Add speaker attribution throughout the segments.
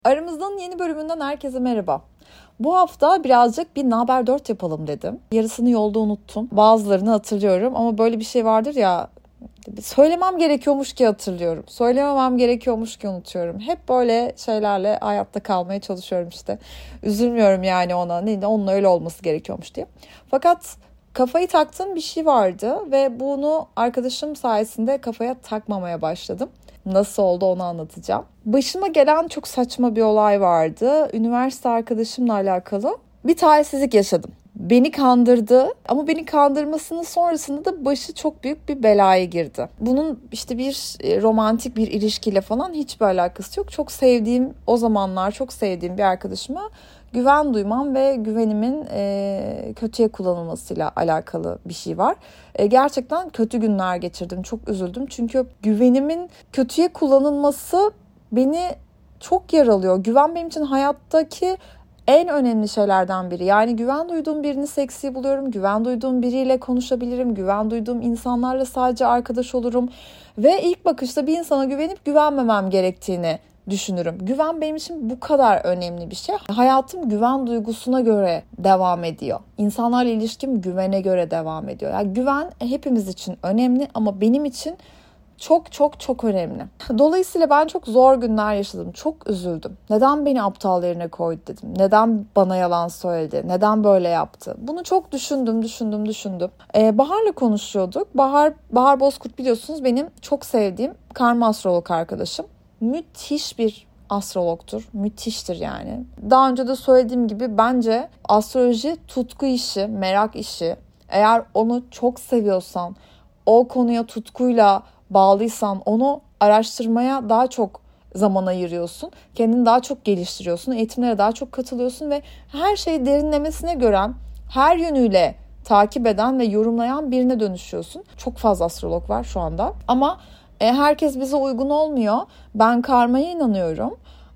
Speaker 1: Aramızdan yeni bölümünden herkese merhaba. Bu hafta birazcık bir naber 4 yapalım dedim. Yarısını yolda unuttum. Bazılarını hatırlıyorum ama böyle bir şey vardır ya, söylemem gerekiyormuş ki hatırlıyorum. Söylememem gerekiyormuş ki unutuyorum. Hep böyle şeylerle hayatta kalmaya çalışıyorum işte. Üzülmüyorum yani ona. Neydi? Onun öyle olması gerekiyormuş diye. Fakat kafayı taktığım bir şey vardı ve bunu arkadaşım sayesinde kafaya takmamaya başladım. Nasıl oldu onu anlatacağım. Başıma gelen çok saçma bir olay vardı. Üniversite arkadaşımla alakalı bir talihsizlik yaşadım. Beni kandırdı ama beni kandırmasının sonrasında da başı çok büyük bir belaya girdi. Bunun işte bir romantik bir ilişkiyle falan hiçbir alakası yok. Çok sevdiğim, o zamanlar çok sevdiğim bir arkadaşıma güven duymam ve güvenimin kötüye kullanılmasıyla alakalı bir şey var. Gerçekten kötü günler geçirdim. Çok üzüldüm. Çünkü güvenimin kötüye kullanılması beni çok yaralıyor. Güven benim için hayattaki en önemli şeylerden biri. Yani güven duyduğum birini seksi buluyorum. Güven duyduğum biriyle konuşabilirim. Güven duyduğum insanlarla sadece arkadaş olurum. Ve ilk bakışta bir insana güvenip güvenmemem gerektiğini düşünürüm. Güven benim için bu kadar önemli bir şey. Hayatım güven duygusuna göre devam ediyor. İnsanlarla ilişkim güvene göre devam ediyor. Yani güven hepimiz için önemli ama benim için çok çok çok önemli. Dolayısıyla ben çok zor günler yaşadım. Çok üzüldüm. Neden beni aptal yerine koydu dedim. Neden bana yalan söyledi? Neden böyle yaptı? Bunu çok düşündüm. Bahar'la konuşuyorduk. Bahar Bozkurt biliyorsunuz benim çok sevdiğim karma astrolog arkadaşım. Müthiş bir astrologtur. Müthiştir yani. Daha önce de söylediğim gibi bence astroloji tutku işi, merak işi. Eğer onu çok seviyorsan, o konuya tutkuyla bağlıysan onu araştırmaya daha çok zaman ayırıyorsun. Kendini daha çok geliştiriyorsun. Eğitimlere daha çok katılıyorsun ve her şeyi derinlemesine gören, her yönüyle takip eden ve yorumlayan birine dönüşüyorsun. Çok fazla astrolog var şu anda. Ama herkes bize uygun olmuyor. Ben karmaya inanıyorum.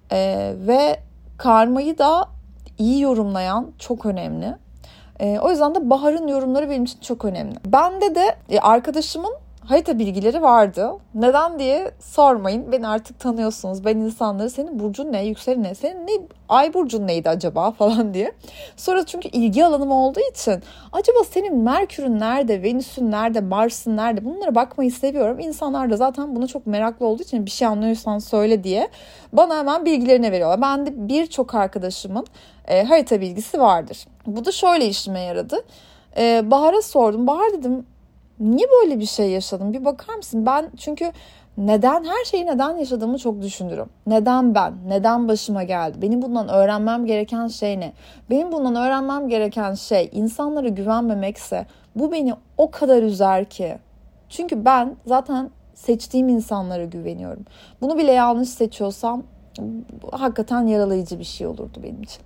Speaker 1: Ve karmayı da iyi yorumlayan çok önemli. O yüzden de Bahar'ın yorumları benim için çok önemli. Bende de arkadaşımın harita bilgileri vardı. Neden diye sormayın. Beni artık tanıyorsunuz. Ben insanları senin burcun ne, yükselen ne, senin ne, ay burcun neydi acaba falan diye. Sonra çünkü ilgi alanım olduğu için acaba senin Merkür'ün nerede, Venüs'ün nerede, Mars'ın nerede bunlara bakmayı seviyorum. İnsanlar da zaten buna çok meraklı olduğu için bir şey anlıyorsan söyle diye bana hemen bilgilerini veriyorlar. Ben de birçok arkadaşımın harita bilgisi vardır. Bu da şöyle işime yaradı. Bahar'a sordum. Bahar dedim, niye böyle bir şey yaşadım? Bir bakar mısın? Ben çünkü her şeyi neden yaşadığımı çok düşünürüm. Neden ben? Neden başıma geldi? Benim bundan öğrenmem gereken şey ne? Benim bundan öğrenmem gereken şey insanlara güvenmemekse bu beni o kadar üzer ki. Çünkü ben zaten seçtiğim insanlara güveniyorum. Bunu bile yanlış seçiyorsam hakikaten yaralayıcı bir şey olurdu benim için.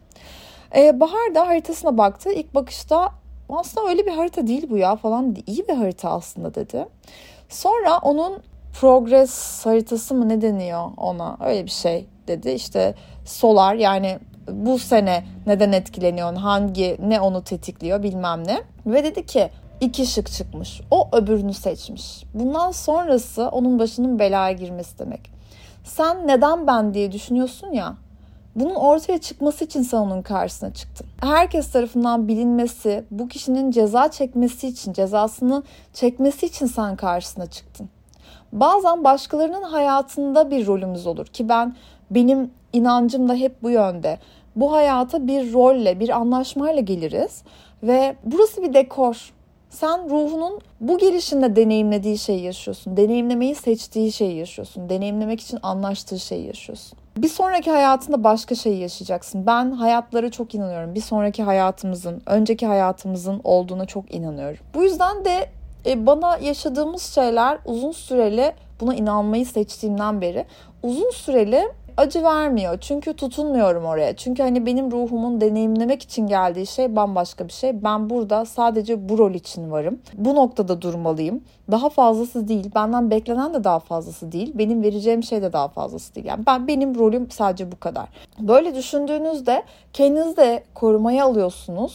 Speaker 1: Bahar da haritasına baktı. İlk bakışta aslında öyle bir harita değil bu ya falan, iyi bir harita aslında dedi. Sonra onun progress haritası mı ne deniyor ona, öyle bir şey dedi. İşte solar, yani bu sene neden etkileniyor, ne onu tetikliyor bilmem ne. Ve dedi ki 2 şık çıkmış. O öbürünü seçmiş. Bundan sonrası onun başının belaya girmesi demek. Sen neden ben diye düşünüyorsun ya. Bunun ortaya çıkması için sen onun karşısına çıktın. Herkes tarafından bilinmesi, bu kişinin ceza çekmesi için, cezasını çekmesi için sen karşısına çıktın. Bazen başkalarının hayatında bir rolümüz olur ki benim inancım da hep bu yönde. Bu hayata bir rolle, bir anlaşmayla geliriz ve burası bir dekor. Sen ruhunun bu gelişinde deneyimlediği şeyi yaşıyorsun. Deneyimlemeyi seçtiği şeyi yaşıyorsun. Deneyimlemek için anlaştığı şeyi yaşıyorsun. Bir sonraki hayatında başka şeyi yaşayacaksın. Ben hayatlara çok inanıyorum. Bir sonraki hayatımızın, önceki hayatımızın olduğuna çok inanıyorum. Bu yüzden de bana yaşadığımız şeyler uzun süreli, buna inanmayı seçtiğimden beri uzun süreli acı vermiyor. Çünkü tutunmuyorum oraya. Çünkü hani benim ruhumun deneyimlemek için geldiği şey bambaşka bir şey. Ben burada sadece bu rol için varım. Bu noktada durmalıyım. Daha fazlası değil. Benden beklenen de daha fazlası değil. Benim vereceğim şey de daha fazlası değil. Yani benim rolüm sadece bu kadar. Böyle düşündüğünüzde kendinizi de korumaya alıyorsunuz.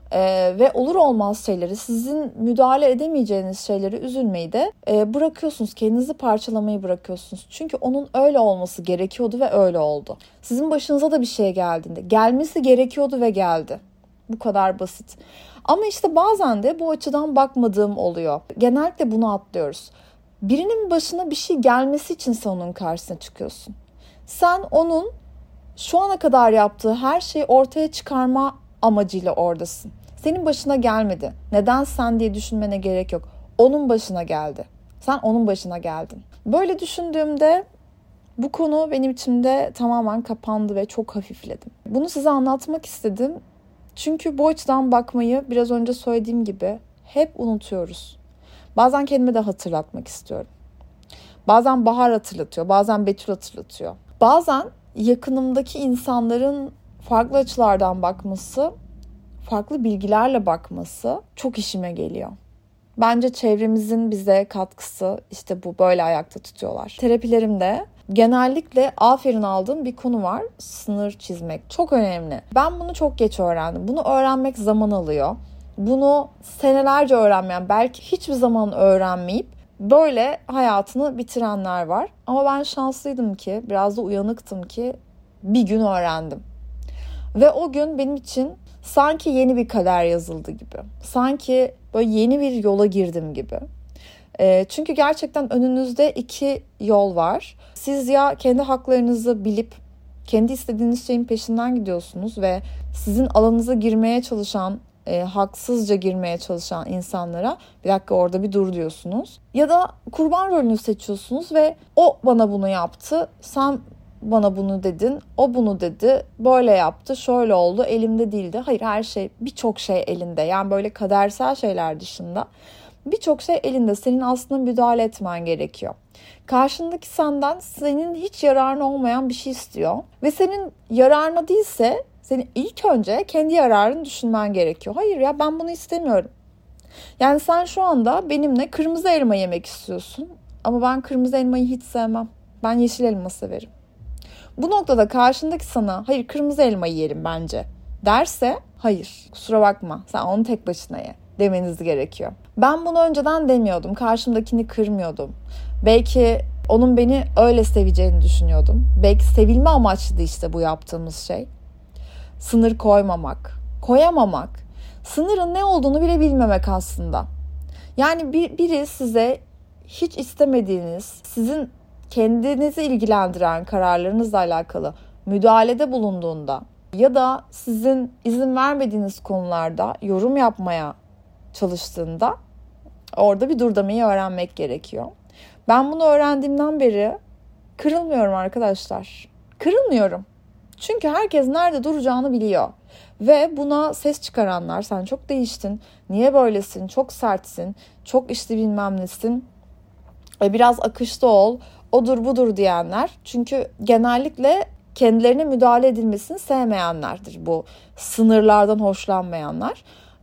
Speaker 1: Ve olur olmaz şeyleri, sizin müdahale edemeyeceğiniz şeyleri üzülmeyi de bırakıyorsunuz. Kendinizi parçalamayı bırakıyorsunuz. Çünkü onun öyle olması gerekiyordu ve öyle oldu. Sizin başınıza da bir şey geldiğinde gelmesi gerekiyordu ve geldi. Bu kadar basit. Ama işte bazen de bu açıdan bakmadığım oluyor. Genellikle bunu atlıyoruz. Birinin başına bir şey gelmesi için sen onun karşısına çıkıyorsun. Sen onun şu ana kadar yaptığı her şeyi ortaya çıkarma amacıyla oradasın. Senin başına gelmedi. Neden sen diye düşünmene gerek yok. Onun başına geldi. Sen onun başına geldin. Böyle düşündüğümde bu konu benim içimde tamamen kapandı ve çok hafifledim. Bunu size anlatmak istedim. Çünkü bu açıdan bakmayı biraz önce söylediğim gibi hep unutuyoruz. Bazen kendime de hatırlatmak istiyorum. Bazen Bahar hatırlatıyor, bazen Betül hatırlatıyor. Bazen yakınımdaki insanların farklı açılardan bakması, farklı bilgilerle bakması çok işime geliyor. Bence çevremizin bize katkısı işte bu, böyle ayakta tutuyorlar. Terapilerimde genellikle aferin aldığım bir konu var. Sınır çizmek. Çok önemli. Ben bunu çok geç öğrendim. Bunu öğrenmek zaman alıyor. Bunu senelerce öğrenmeyen, belki hiçbir zaman öğrenmeyip böyle hayatını bitirenler var. Ama ben şanslıydım ki, biraz da uyanıktım ki bir gün öğrendim. Ve o gün benim için sanki yeni bir kader yazıldı gibi. Sanki böyle yeni bir yola girdim gibi. Çünkü gerçekten önünüzde iki yol var. Siz ya kendi haklarınızı bilip kendi istediğiniz şeyin peşinden gidiyorsunuz ve sizin alanınıza girmeye çalışan, haksızca girmeye çalışan insanlara bir dakika orada bir dur diyorsunuz. Ya da kurban rolünü seçiyorsunuz ve o bana bunu yaptı, sen bana bunu dedin, o bunu dedi, böyle yaptı, şöyle oldu, elimde değildi. Hayır, her şey, birçok şey elinde. Yani böyle kadersel şeyler dışında birçok şey elinde. Senin aslında müdahale etmen gerekiyor. Karşındaki senden senin hiç yararına olmayan bir şey istiyor. Ve senin yararına değilse senin ilk önce kendi yararını düşünmen gerekiyor. Hayır ya, ben bunu istemiyorum. Yani sen şu anda benimle kırmızı elma yemek istiyorsun. Ama ben kırmızı elmayı hiç sevmem. Ben yeşil elma severim. Bu noktada karşındaki sana hayır kırmızı elmayı yerim bence derse, hayır kusura bakma sen onu tek başına ye demeniz gerekiyor. Ben bunu önceden demiyordum. Karşımdakini kırmıyordum. Belki onun beni öyle seveceğini düşünüyordum. Belki sevilme amaçlıydı işte bu yaptığımız şey. Sınır koymamak, koyamamak, sınırın ne olduğunu bile bilmemek aslında. Yani biri size hiç istemediğiniz, sizin kendinizi ilgilendiren kararlarınızla alakalı müdahalede bulunduğunda ya da sizin izin vermediğiniz konularda yorum yapmaya çalıştığında orada bir dur demeyi öğrenmek gerekiyor. Ben bunu öğrendiğimden beri kırılmıyorum arkadaşlar. Kırılmıyorum. Çünkü herkes nerede duracağını biliyor. Ve buna ses çıkaranlar, sen çok değiştin, niye böylesin, çok sertsin, çok işte bilmem nesin, biraz akışta ol, odur budur diyenler. Çünkü genellikle kendilerine müdahale edilmesini sevmeyenlerdir bu, sınırlardan hoşlanmayanlar.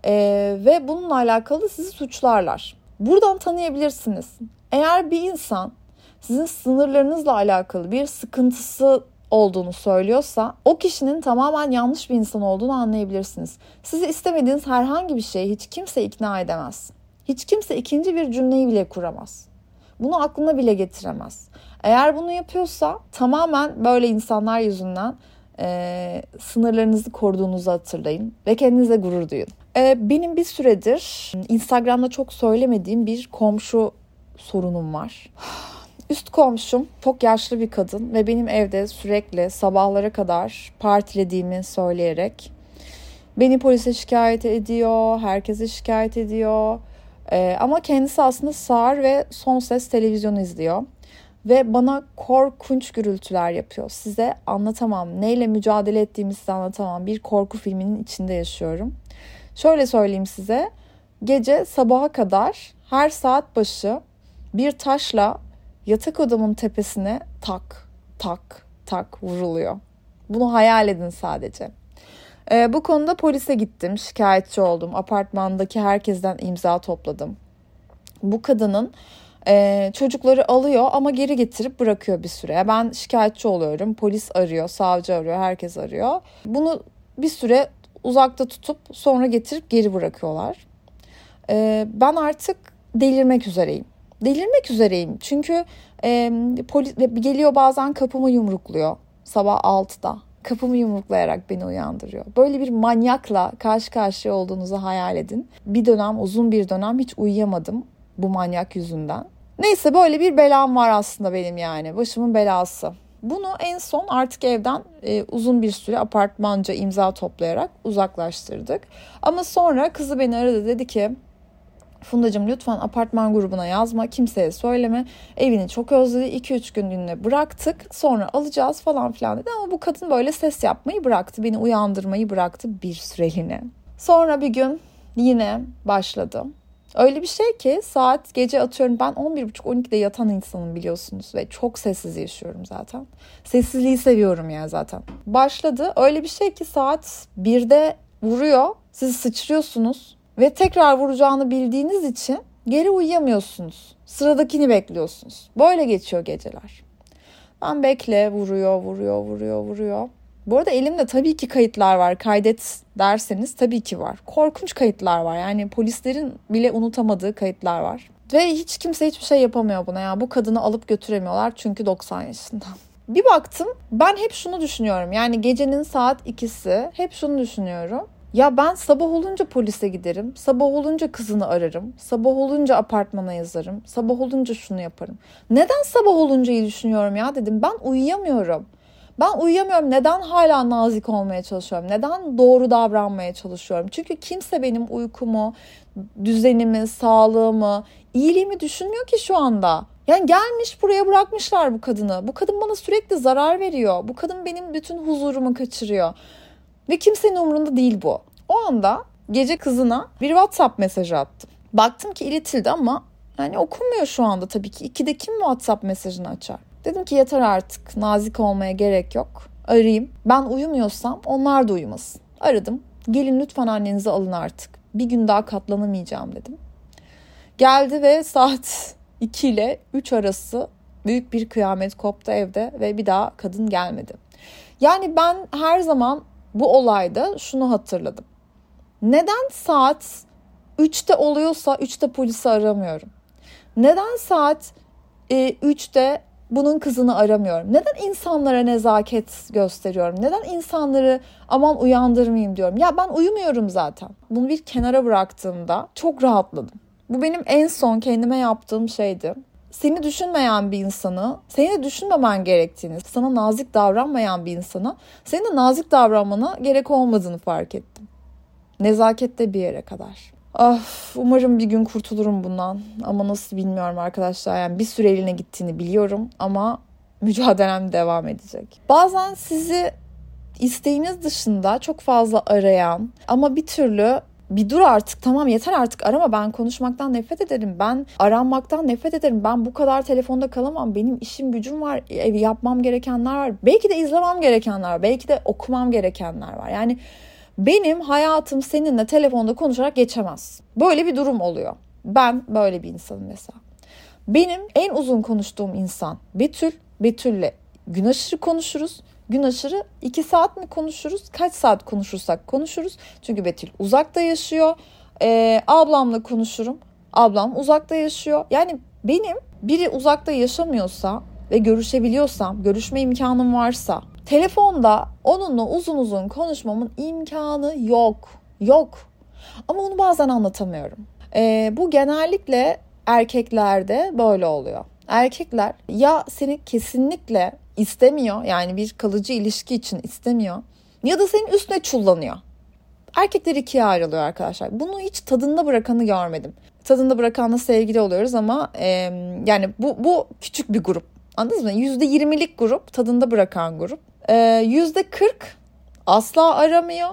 Speaker 1: Ve bununla alakalı sizi suçlarlar. Buradan tanıyabilirsiniz. Eğer bir insan sizin sınırlarınızla alakalı bir sıkıntısı olduğunu söylüyorsa o kişinin tamamen yanlış bir insan olduğunu anlayabilirsiniz. Sizi istemediğiniz herhangi bir şeyi hiç kimse ikna edemez. Hiç kimse ikinci bir cümleyi bile kuramaz. Bunu aklına bile getiremez. Eğer bunu yapıyorsa tamamen böyle insanlar yüzünden sınırlarınızı koruduğunuzu hatırlayın ve kendinize gurur duyun. Benim bir süredir Instagram'da çok söylemediğim bir komşu sorunum var. Üst komşum çok yaşlı bir kadın ve benim evde sürekli sabahlara kadar partilediğimi söyleyerek beni polise şikayet ediyor, herkese şikayet ediyor. Ama kendisi aslında sağır ve son ses televizyonu izliyor. Ve bana korkunç gürültüler yapıyor. Size anlatamam. Neyle mücadele ettiğimi size anlatamam. Bir korku filminin içinde yaşıyorum. Şöyle söyleyeyim size. Gece sabaha kadar her saat başı bir taşla yatak odamın tepesine tak tak tak vuruluyor. Bunu hayal edin sadece. Bu konuda polise gittim. Şikayetçi oldum. Apartmandaki herkesten imza topladım. Bu kadının çocukları alıyor ama geri getirip bırakıyor bir süre. Ben şikayetçi oluyorum. Polis arıyor, savcı arıyor, herkes arıyor. Bunu bir süre uzakta tutup sonra getirip geri bırakıyorlar. Ben artık delirmek üzereyim. Delirmek üzereyim çünkü polis geliyor, bazen kapımı yumrukluyor sabah 6'da. Kapımı yumruklayarak beni uyandırıyor. Böyle bir manyakla karşı karşıya olduğunuzu hayal edin. Bir dönem, uzun bir dönem hiç uyuyamadım bu manyak yüzünden. Neyse, böyle bir belam var aslında benim yani. Başımın belası. Bunu en son artık evden uzun bir süre apartmanca imza toplayarak uzaklaştırdık. Ama sonra kızı beni aradı, dedi ki Fundacığım lütfen apartman grubuna yazma, kimseye söyleme, evini çok özledi, 2-3 günlüğüne bıraktık, sonra alacağız falan filan dedi. Ama bu kadın böyle ses yapmayı bıraktı, beni uyandırmayı bıraktı bir süreliğine. Sonra bir gün yine başladı. Öyle bir şey ki saat gece atıyorum, ben 11.30-12'de yatan insanım biliyorsunuz ve çok sessiz yaşıyorum zaten. Sessizliği seviyorum yani zaten. Başladı, öyle bir şey ki saat 1'de vuruyor, siz sıçrıyorsunuz ve tekrar vuracağını bildiğiniz için geri uyuyamıyorsunuz. Sıradakini bekliyorsunuz. Böyle geçiyor geceler. Ben bekle, vuruyor. Bu arada elimde tabii ki kayıtlar var. Kaydet derseniz tabii ki var. Korkunç kayıtlar var. Yani polislerin bile unutamadığı kayıtlar var. Ve hiç kimse hiçbir şey yapamıyor buna. Yani bu kadını alıp götüremiyorlar çünkü 90 yaşında. Bir baktım, ben hep şunu düşünüyorum. Yani gecenin saat 2'si, hep şunu düşünüyorum. Ya ben sabah olunca polise giderim, sabah olunca kızını ararım, sabah olunca apartmana yazarım, sabah olunca şunu yaparım. Neden sabah oluncayı düşünüyorum ya dedim. Ben uyuyamıyorum. Neden hala nazik olmaya çalışıyorum? Neden doğru davranmaya çalışıyorum? Çünkü kimse benim uykumu, düzenimi, sağlığımı, iyiliğimi düşünmüyor ki şu anda. Yani gelmiş buraya bırakmışlar bu kadını. Bu kadın bana sürekli zarar veriyor. Bu kadın benim bütün huzurumu kaçırıyor. Ve kimsenin umurunda değil bu. O anda gece kızına bir WhatsApp mesajı attım. Baktım ki iletildi ama yani okunmuyor şu anda tabii ki. 2'de kim WhatsApp mesajını açar? Dedim ki yeter artık, nazik olmaya gerek yok. Arayayım. Ben uyumuyorsam onlar da uyumasın. Aradım. Gelin lütfen annenizi alın artık. Bir gün daha katlanamayacağım dedim. Geldi ve saat 2 ile 3 arası büyük bir kıyamet koptu evde ve bir daha kadın gelmedi. Yani ben her zaman bu olayda şunu hatırladım. Neden saat 3'te oluyorsa 3'te polisi aramıyorum? Neden saat 3'te bunun kızını aramıyorum? Neden insanlara nezaket gösteriyorum? Neden insanları aman uyandırmayayım diyorum? Ya ben uyumuyorum zaten. Bunu bir kenara bıraktığımda çok rahatladım. Bu benim en son kendime yaptığım şeydi. Seni düşünmeyen bir insanı, seni de düşünmemen gerektiğini, sana nazik davranmayan bir insana, senin de nazik davranmana gerek olmadığını fark ettim. Nezaket de bir yere kadar. Umarım bir gün kurtulurum bundan. Ama nasıl bilmiyorum arkadaşlar. Yani bir süreliğine gittiğini biliyorum ama mücadelem devam edecek. Bazen sizi isteğiniz dışında çok fazla arayan ama bir türlü bir dur artık, tamam yeter artık arama, ben konuşmaktan nefret ederim, ben aranmaktan nefret ederim, ben bu kadar telefonda kalamam, benim işim gücüm var, yapmam gerekenler var, belki de izlemem gerekenler var, belki de okumam gerekenler var. Yani benim hayatım seninle telefonda konuşarak geçemez. Böyle bir durum oluyor. Ben böyle bir insanım mesela. Benim en uzun konuştuğum insan Betül. Betül'le gün aşırı konuşuruz. Gün aşırı 2 saat mi konuşuruz? Kaç saat konuşursak konuşuruz. Çünkü Betül uzakta yaşıyor. Ablamla konuşurum. Ablam uzakta yaşıyor. Yani benim biri uzakta yaşamıyorsa ve görüşebiliyorsam, görüşme imkanım varsa telefonda onunla uzun uzun konuşmamın imkanı yok. Yok. Ama onu bazen anlatamıyorum. Bu genellikle erkeklerde böyle oluyor. Erkekler ya seni kesinlikle istemiyor, yani bir kalıcı ilişki için istemiyor, ya da senin üstüne çullanıyor. Erkekler ikiye ayrılıyor arkadaşlar. Bunu hiç tadında bırakanı görmedim. Tadında bırakanla sevgili oluyoruz ama yani bu küçük bir grup. Anladınız mı? %20'lik grup, tadında bırakan grup. %40 asla aramıyor.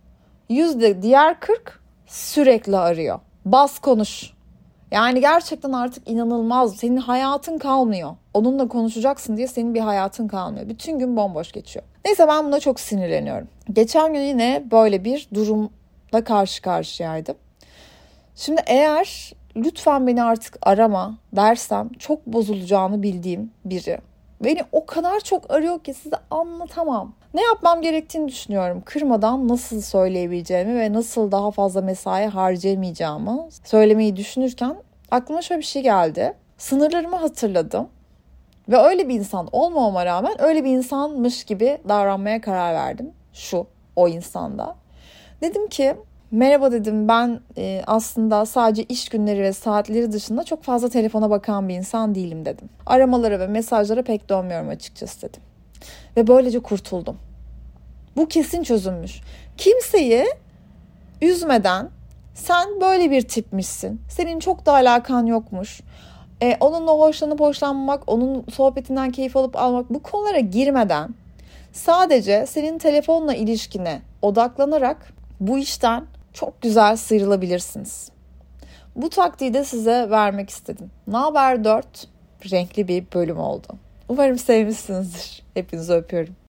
Speaker 1: Diğer 40 sürekli arıyor. Bas konuş. Yani gerçekten artık inanılmaz. Senin hayatın kalmıyor. Onunla konuşacaksın diye senin bir hayatın kalmıyor. Bütün gün bomboş geçiyor. Neyse, ben buna çok sinirleniyorum. Geçen gün yine böyle bir durumla karşı karşıyaydım. Şimdi eğer lütfen beni artık arama dersem çok bozulacağını bildiğim biri beni o kadar çok arıyor ki size anlatamam. Ne yapmam gerektiğini düşünüyorum. Kırmadan nasıl söyleyebileceğimi ve nasıl daha fazla mesai harcayamayacağımı söylemeyi düşünürken aklıma şöyle bir şey geldi. Sınırlarımı hatırladım. Ve öyle bir insan olmamama rağmen öyle bir insanmış gibi davranmaya karar verdim. O insanda. Dedim ki merhaba dedim, ben aslında sadece iş günleri ve saatleri dışında çok fazla telefona bakan bir insan değilim dedim. Aramalara ve mesajlara pek dönmüyorum açıkçası dedim. Ve böylece kurtuldum. Bu kesin çözülmüş. Kimseyi üzmeden sen böyle bir tipmişsin, senin çok da alakan yokmuş, onunla hoşlanıp hoşlanmamak, onun sohbetinden keyif alıp almak, bu konulara girmeden sadece senin telefonla ilişkine odaklanarak bu işten çok güzel sıyrılabilirsiniz. Bu taktiği de size vermek istedim. Naber 4 renkli bir bölüm oldu. Umarım sevmişsinizdir. Hepinizi öpüyorum.